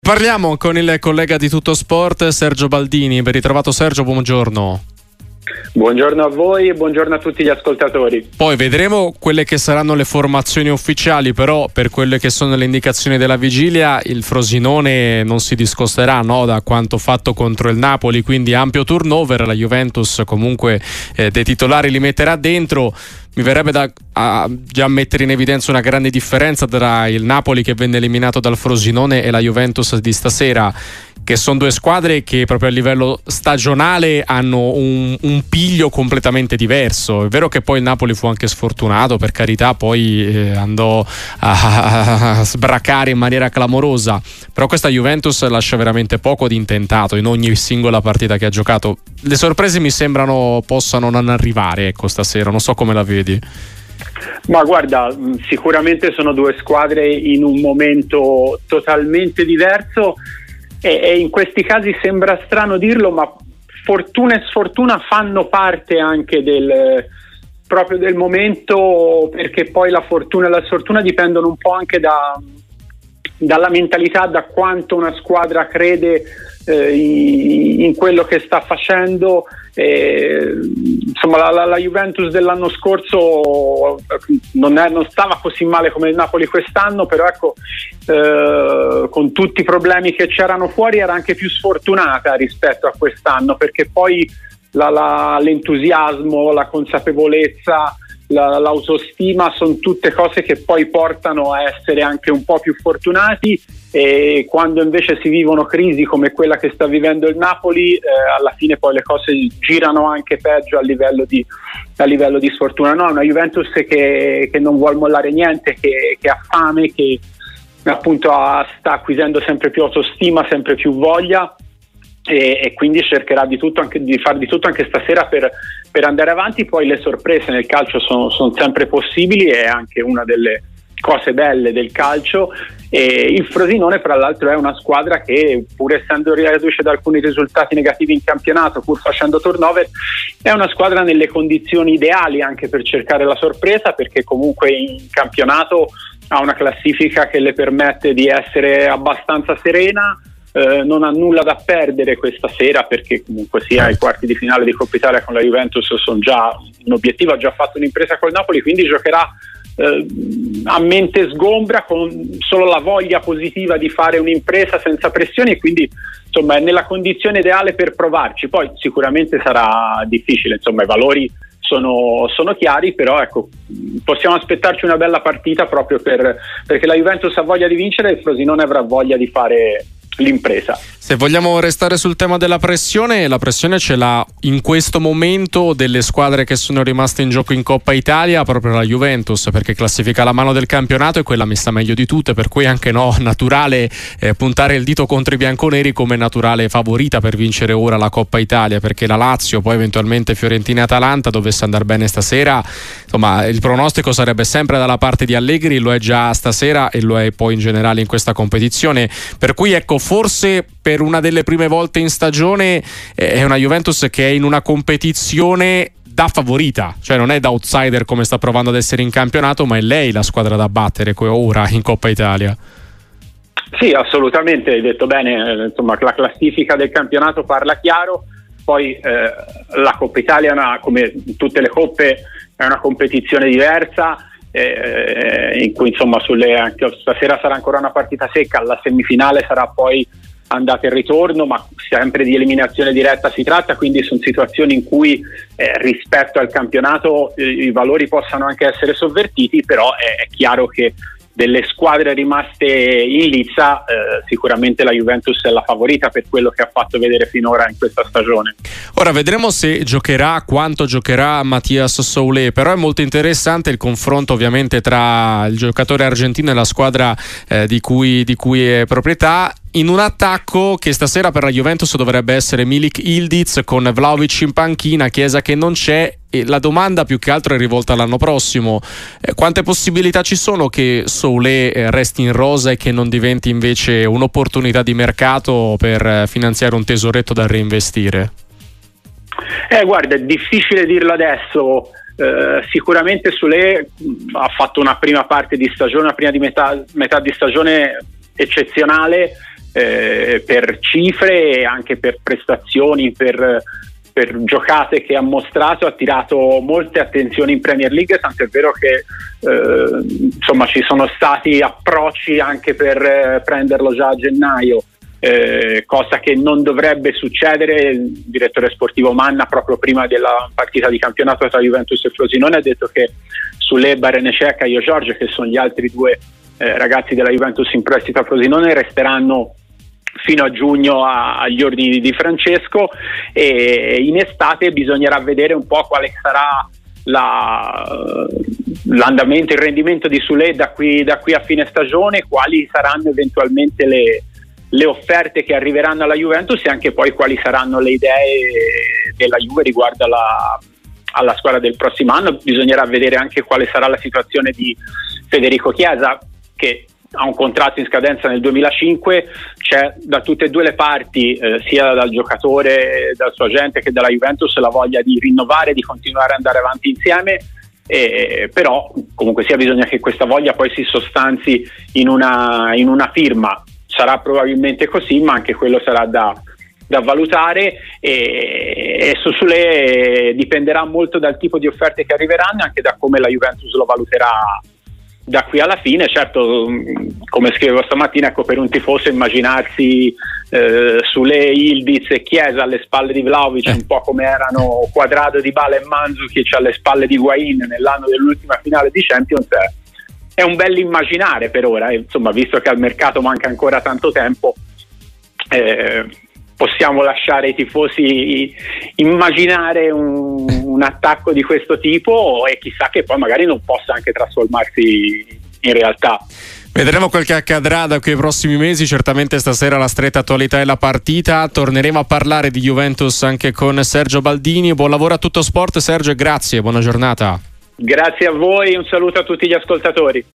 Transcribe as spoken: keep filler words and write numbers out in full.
Parliamo con il collega di Tutto Sport, Sergio Baldini. Ben ritrovato Sergio, buongiorno. Buongiorno a voi e buongiorno a tutti gli ascoltatori. Poi vedremo quelle che saranno le formazioni ufficiali, però per quelle che sono le indicazioni della vigilia il Frosinone non si discosterà, no, da quanto fatto contro il Napoli, quindi ampio turnover. La Juventus comunque eh, dei titolari li metterà dentro. Mi verrebbe da a, già mettere in evidenza una grande differenza tra il Napoli che venne eliminato dal Frosinone e la Juventus di stasera, che sono due squadre che proprio a livello stagionale hanno un, un piglio completamente diverso. È vero che poi il Napoli fu anche sfortunato, per carità, poi eh, andò a, a sbracare in maniera clamorosa, però questa Juventus lascia veramente poco di intentato in ogni singola partita che ha giocato. Le sorprese mi sembrano possano non arrivare, ecco, stasera, non so come la vedi. Ma guarda, sicuramente sono due squadre in un momento totalmente diverso e, e in questi casi sembra strano dirlo, ma fortuna e sfortuna fanno parte anche del proprio del momento, perché poi la fortuna e la sfortuna dipendono un po' anche da dalla mentalità, da quanto una squadra crede eh, in, in quello che sta facendo. Eh, insomma la, la, la Juventus dell'anno scorso non, è, non stava così male come il Napoli quest'anno, però ecco, eh, con tutti i problemi che c'erano fuori era anche più sfortunata rispetto a quest'anno, perché poi la, la, l'entusiasmo, la consapevolezza, La, l'autostima sono tutte cose che poi portano a essere anche un po' più fortunati, e quando invece si vivono crisi come quella che sta vivendo il Napoli, eh, alla fine poi le cose girano anche peggio a livello di, a livello di sfortuna. No, è una Juventus che, che non vuol mollare niente, che, che ha fame, che appunto ha, sta acquisendo sempre più autostima, sempre più voglia, e, e quindi cercherà di tutto, anche di far di tutto anche stasera per, per andare avanti. Poi le sorprese nel calcio sono, sono sempre possibili, è anche una delle cose belle del calcio. E il Frosinone, fra l'altro, è una squadra che, pur essendo reduce da alcuni risultati negativi in campionato, pur facendo turnover, è una squadra nelle condizioni ideali anche per cercare la sorpresa, perché comunque in campionato ha una classifica che le permette di essere abbastanza serena. Uh, non ha nulla da perdere questa sera, perché comunque sia i quarti di finale di Coppa Italia con la Juventus sono già un obiettivo, ha già fatto un'impresa col Napoli, quindi giocherà uh, a mente sgombra, con solo la voglia positiva di fare un'impresa senza pressioni, e quindi insomma è nella condizione ideale per provarci. Poi sicuramente sarà difficile, insomma i valori sono, sono chiari, però ecco, possiamo aspettarci una bella partita, proprio per, perché la Juventus ha voglia di vincere e il Frosinone avrà voglia di fare l'impresa. Se vogliamo restare sul tema della pressione, la pressione ce l'ha in questo momento delle squadre che sono rimaste in gioco in Coppa Italia, proprio la Juventus, perché classifica la mano del campionato e quella messa meglio di tutte, per cui anche no, naturale eh, puntare il dito contro i bianconeri come naturale favorita per vincere ora la Coppa Italia, perché la Lazio, poi eventualmente Fiorentina e Atalanta dovesse andare bene stasera, insomma il pronostico sarebbe sempre dalla parte di Allegri, lo è già stasera e lo è poi in generale in questa competizione, per cui ecco, forse per una delle prime volte in stagione è una Juventus che è in una competizione da favorita, cioè non è da outsider come sta provando ad essere in campionato, ma è lei la squadra da battere ora in Coppa Italia. Sì, assolutamente, hai detto bene, insomma la classifica del campionato parla chiaro. Poi eh, la Coppa Italia è una, come tutte le coppe, è una competizione diversa, Eh, in cui insomma sulle, anche stasera sarà ancora una partita secca, la semifinale sarà poi andata e ritorno, ma sempre di eliminazione diretta si tratta, quindi sono situazioni in cui eh, rispetto al campionato eh, i valori possano anche essere sovvertiti, però è, è chiaro che delle squadre rimaste in lizza eh, sicuramente la Juventus è la favorita per quello che ha fatto vedere finora in questa stagione. Ora vedremo se giocherà, quanto giocherà Mathias Soulé, però è molto interessante il confronto ovviamente tra il giocatore argentino e la squadra eh, di cui, di cui è proprietà, in un attacco che stasera per la Juventus dovrebbe essere Milik Ildiz con Vlahovic in panchina, Chiesa che non c'è, e la domanda più che altro è rivolta all'anno prossimo: eh, quante possibilità ci sono che Soulé eh, resti in rosa e che non diventi invece un'opportunità di mercato per eh, finanziare un tesoretto da reinvestire? Eh guarda, è difficile dirlo adesso. Uh, sicuramente Soulé ha fatto una prima parte di stagione, una prima di metà, metà di stagione eccezionale, eh, per cifre e anche per prestazioni, per, per giocate che ha mostrato, ha attirato molte attenzioni in Premier League, tant'è vero che eh, insomma ci sono stati approcci anche per eh, prenderlo già a gennaio. Eh, cosa che non dovrebbe succedere. Il direttore sportivo Manna, proprio prima della partita di campionato tra Juventus e Frosinone, ha detto che Soulé, Barrenechea, Caio Giorgio, che sono gli altri due eh, ragazzi della Juventus in prestito a Frosinone, resteranno fino a giugno a, agli ordini di Francesco, e in estate bisognerà vedere un po' quale sarà la, l'andamento, il rendimento di Soulé da qui, da qui a fine stagione, quali saranno eventualmente le le offerte che arriveranno alla Juventus e anche poi quali saranno le idee della Juve riguardo alla, alla squadra del prossimo anno. Bisognerà vedere anche quale sarà la situazione di Federico Chiesa, che ha un contratto in scadenza nel duemilacinque. C'è da tutte e due le parti, eh, sia dal giocatore, dal suo agente, che dalla Juventus, la voglia di rinnovare, di continuare ad andare avanti insieme. Eh, però comunque sia bisogna che questa voglia poi si sostanzi in una, in una firma. Sarà probabilmente così, ma anche quello sarà da, da valutare, e, e su Soulé dipenderà molto dal tipo di offerte che arriveranno e anche da come la Juventus lo valuterà da qui alla fine. Certo, come scrivevo stamattina, ecco, per un tifoso immaginarsi eh, Soulé, Ildiz e Chiesa alle spalle di Vlahovic, un po' come erano Quadrado, Dybala e Mandzukic alle spalle di Higuain nell'anno dell'ultima finale di Champions, è È un bell'immaginare per ora, e, insomma, visto che al mercato manca ancora tanto tempo, eh, possiamo lasciare ai tifosi immaginare un, un attacco di questo tipo, e chissà che poi magari non possa anche trasformarsi in realtà. Vedremo quel che accadrà da qui ai prossimi mesi. Certamente stasera la stretta attualità è la partita. Torneremo a parlare di Juventus anche con Sergio Baldini. Buon lavoro a Tutto Sport, Sergio, e grazie, buona giornata. Grazie a voi, un saluto a tutti gli ascoltatori.